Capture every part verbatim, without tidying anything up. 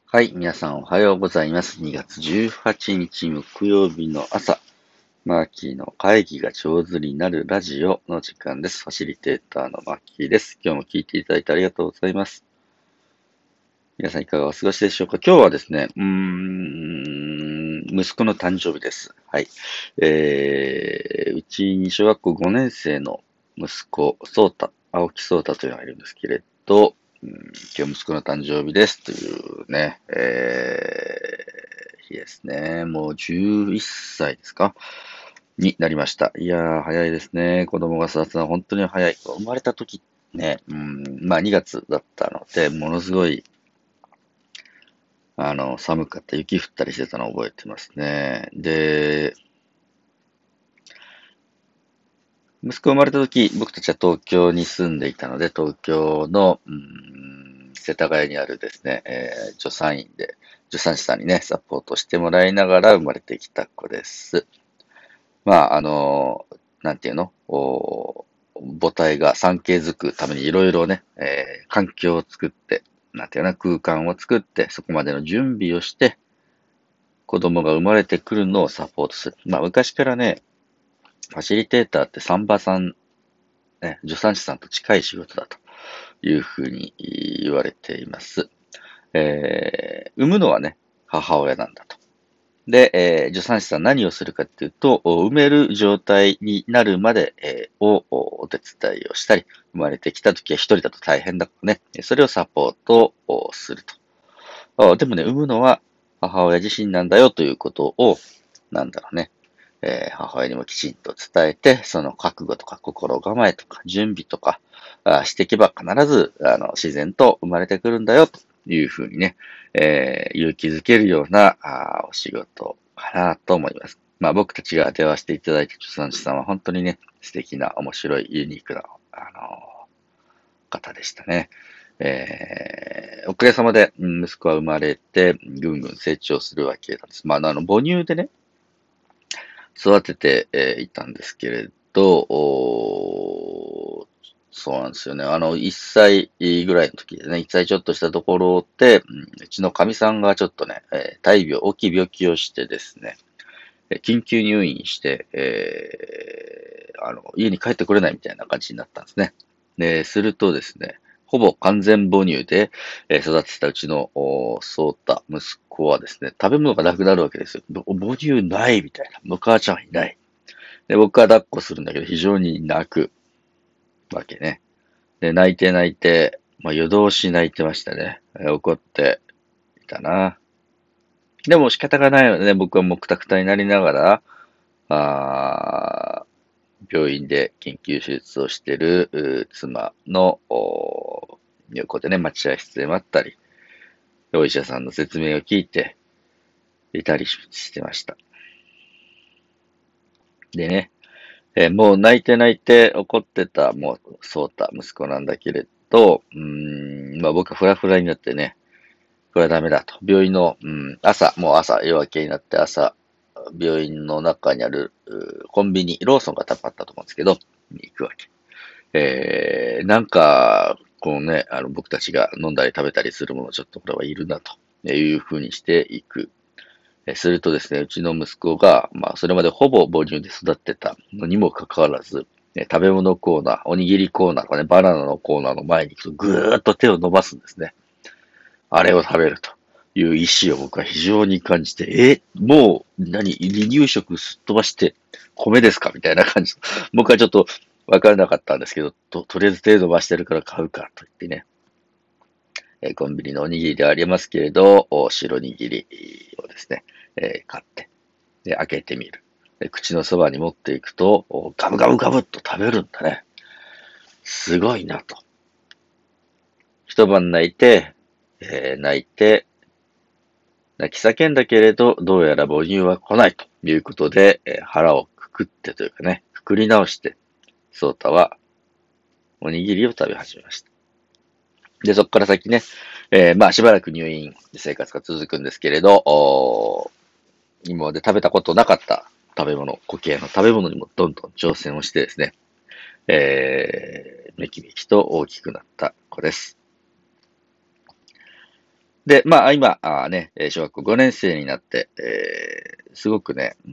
はい、皆さんおはようございます。にがつじゅうはちにち木曜日の朝、マーキーの会議が上手になるラジオの時間です。ファシリテーターのマーキーです。今日も聞いていただいてありがとうございます。皆さんいかがお過ごしでしょうか。今日はですね、うーん、息子の誕生日です。はい。えー、うちに小学校ごねん生の息子、そうた、青木そうたというのがいるんですけれど、うん、今日息子の誕生日ですというね、えー、日ですね。もうじゅういっさいですかになりました。いやー、早いですね。子供が育つのは本当に早い。生まれた時ね、うん、まあにがつだったので、ものすごいあの、寒かった、雪降ったりしてたのを覚えてますね。で、息子生まれた時、僕たちは東京に住んでいたので、東京の、うーん、世田谷にあるですね、えー助産院で、助産師さんにね、サポートしてもらいながら生まれてきた子です。まあ、あの、なんていうのお母体が産経づくためにいろいろね、えー環境を作って、なんていうの空間を作って、そこまでの準備をして、子供が生まれてくるのをサポートする。まあ、昔からね、ファシリテーターって産婆さん、ね、助産師さんと近い仕事だというふうに言われています。えー、産むのはね、母親なんだと。で、えー助産師さん何をするかっていうと、産める状態になるまで、えーをお手伝いをしたり、生まれてきた時は一人だと大変だからね、それをサポートをすると。あでもね、産むのは母親自身なんだよということを、なんだろうね、えー母親にもきちんと伝えて、その覚悟とか心構えとか準備とかあしていけば必ずあの自然と生まれてくるんだよというふうにね、えー勇気づけるようなあお仕事かなと思います。まあ僕たちが出会わせていただいた助産師さんは本当にね、素敵な面白いユニークな、あの方でしたね。えー、おかげさまで、うん息子は生まれて、ぐんぐん成長するわけなんです。まあ、あの、母乳でね、育てて、えーいたんですけれど、おそうなんですよね。あの、いっさいぐらいの時でね、いっさいちょっとしたところで、うんうちのかみさんがちょっとね、えー大病、大きい病気をしてですね、え緊急入院して、えーあの、家に帰ってこれないみたいな感じになったんですね。で、するとですね、ほぼ完全母乳で、えー育てたうちの、おそうた息子はですね、食べ物がなくなるわけですよ。ぼ母乳ないみたいな。お母ちゃんいない。で、僕は抱っこするんだけど、非常に泣くわけね。で、泣いて泣いて、まあ、夜通し泣いてましたね。えー怒っていたな。でも仕方がないのでね、僕はもうくたくたになりながら、あー病院で緊急手術をしているう妻のお横でね、待合室で待ったり、お医者さんの説明を聞いていたりしてました。でね、えーもう泣いて泣いて怒ってた、もう、そうた息子なんだけれど、うーん、まあ僕はフラフラになってね、これはダメだと。病院の、うん、朝、もう朝、夜明けになって朝、病院の中にあるうコンビニ、ローソンが多分あったと思うんですけど、に行くわけ。えー、なんか、このね、あの、僕たちが飲んだり食べたりするもの、ちょっとこれはいるな、というふうにしていく。えするとですね、うちの息子が、まあ、それまでほぼ母乳で育ってたのにもかかわらず、ね食べ物コーナー、おにぎりコーナーとかね、バナナのコーナーの前に行くと、ぐーっと手を伸ばすんですね。あれを食べるという意思を僕は非常に感じて、え、もう、何、離乳食すっ飛ばして米ですかみたいな感じ。僕はちょっとわからなかったんですけど、と、とりあえず手伸ばしてるから買うかと言ってね、えーコンビニのおにぎりではありますけれど、お白握りをですね、えー買って、で、開けてみる。で、口のそばに持っていくと、おガブガブガブっと食べるんだね。すごいなと。一晩泣いて、えー泣いて、泣き叫んだけれど、どうやら母乳は来ないということで、えー腹をくくってというかね、くくり直して、ソータはおにぎりを食べ始めました。で、そこから先ね、えーまあしばらく入院生活が続くんですけれど、お今まで食べたことなかった食べ物、固形の食べ物にもどんどん挑戦をしてですね、えー、めきめきと大きくなった子です。 で、まあ、今、あね、えー小学校ごねん生になって、えーすごくね、うん、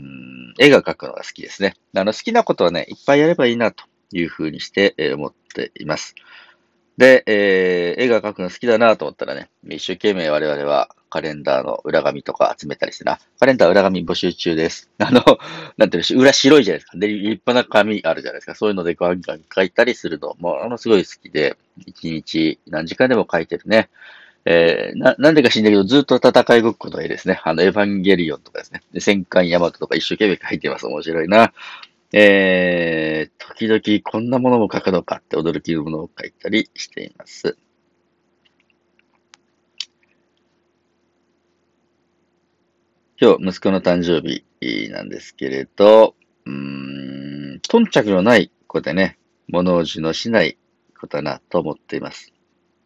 絵が描くのが好きですね。あの、好きなことはね、いっぱいやればいいな、というふうにして、えー思っています。で、えー絵が描くの好きだなと思ったらね、一生懸命我々はカレンダーの裏紙とか集めたりしてな、カレンダー裏紙募集中です。あの、なんていうの、裏白いじゃないですか。で、立派な紙あるじゃないですか。そういうのでガンガン書いたりするのも、あの、すごい好きで、一日何時間でも書いてるね。えー、な、なんでか知んないけど、ずっと戦いごっこの絵ですね。あの、エヴァンゲリオンとかですね。で戦艦ヤマトとか一生懸命描いてます。面白いな。えー、時々こんなものも描くのかって驚きのものを描いたりしています。今日、息子の誕生日なんですけれど、うーん、頓着のない子でね、物おじのしない子だなと思っています。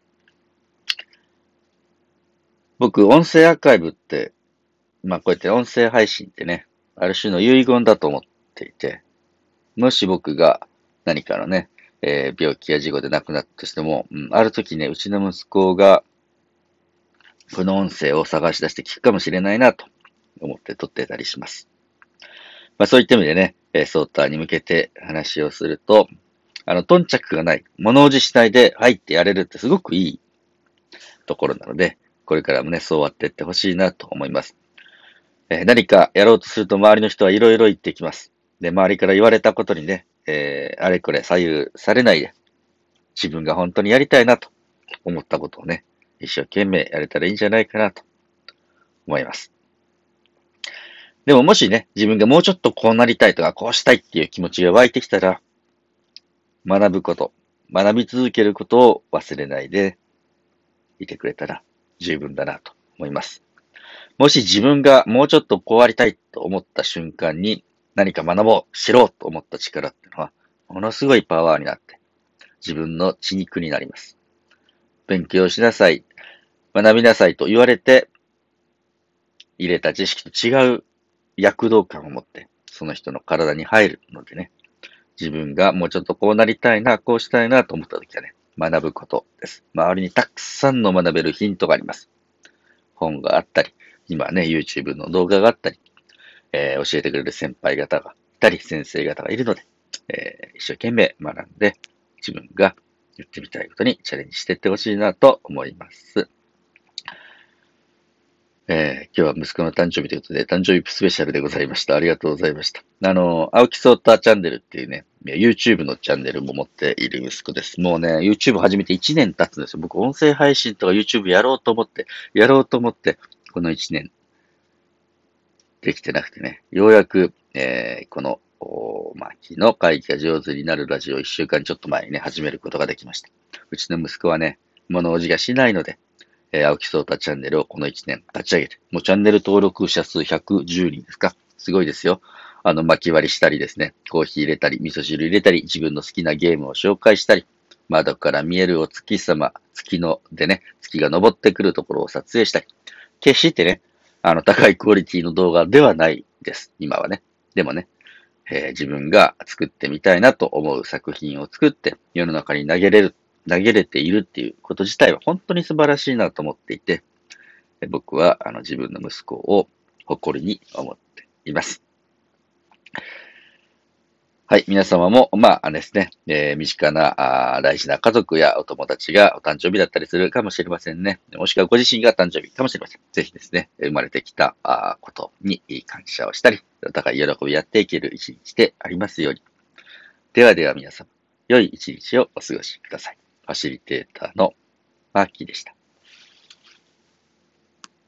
僕、音声アーカイブって、まあこうやって音声配信ってね、ある種の遺言だと思っていて、もし僕が何かのね、えー病気や事故で亡くなったとしても、うん、ある時ね、うちの息子がこの音声を探し出して聞くかもしれないなと思って撮ってたりします。まあそういった意味でね、えーソーターに向けて話をすると、あの、頓着がない、物おじしないで入ってやれるってすごくいいところなので、これからもね、そうあっていってほしいなと思います。えー何かやろうとすると周りの人はいろいろ言ってきます。で、周りから言われたことにね、えーあれこれ左右されないで、自分が本当にやりたいなと思ったことをね、一生懸命やれたらいいんじゃないかなと思います。でももしね、自分がもうちょっとこうなりたいとか、こうしたいっていう気持ちが湧いてきたら、学ぶこと、学び続けることを忘れないでいてくれたら十分だなと思います。もし自分がもうちょっとこうありたいと思った瞬間に何か学ぼう、知ろうと思った力っていうのは、ものすごいパワーになって、自分の血肉になります。勉強しなさい、学びなさいと言われて、入れた知識と違う躍動感を持って、その人の体に入るのでね、自分がもうちょっとこうなりたいな、こうしたいなと思った時はね、学ぶことです。周りにたくさんの学べるヒントがあります。本があったり、今ね、YouTube の動画があったり、えー教えてくれる先輩方がいたり、先生方がいるので、えー一生懸命学んで、自分がやってみたいことにチャレンジしていってほしいなと思います。えー今日は息子の誕生日ということで、誕生日スペシャルでございました。ありがとうございました。あの、青木ソーターチャンネルっていうね、YouTube のチャンネルも持っている息子です。もうね、YouTube 始めていちねん経つんですよ。僕、音声配信とか YouTube やろうと思って、やろうと思って、このいちねんできてなくてね、ようやく、えーこの、おまあ、昨日会議が上手になるラジオをいっしゅうかんちょっと前にね、始めることができました。うちの息子はね、物おじがしないので、えー、青木聡太チャンネルをこのいちねん立ち上げて、もうチャンネル登録者数ひゃくじゅうにんですか？すごいですよ。あの、巻き割りしたりですね、コーヒー入れたり、味噌汁入れたり、自分の好きなゲームを紹介したり、窓から見えるお月様、月のでね、月が昇ってくるところを撮影したり、決してね、あの、高いクオリティの動画ではないです。今はね。でもね、えー自分が作ってみたいなと思う作品を作って世の中に投げれる、投げれているっていうこと自体は本当に素晴らしいなと思っていて、僕はあの自分の息子を誇りに思っています。はい。皆様も、まあですね、えー身近なあー大事な家族やお友達がお誕生日だったりするかもしれませんね。もしくはご自身が誕生日かもしれません。ぜひですね、生まれてきたあーことに感謝をしたり、お互い喜びやっていける一日でありますように。ではでは皆様、良い一日をお過ごしください。ファシリテーターのマーキーでした。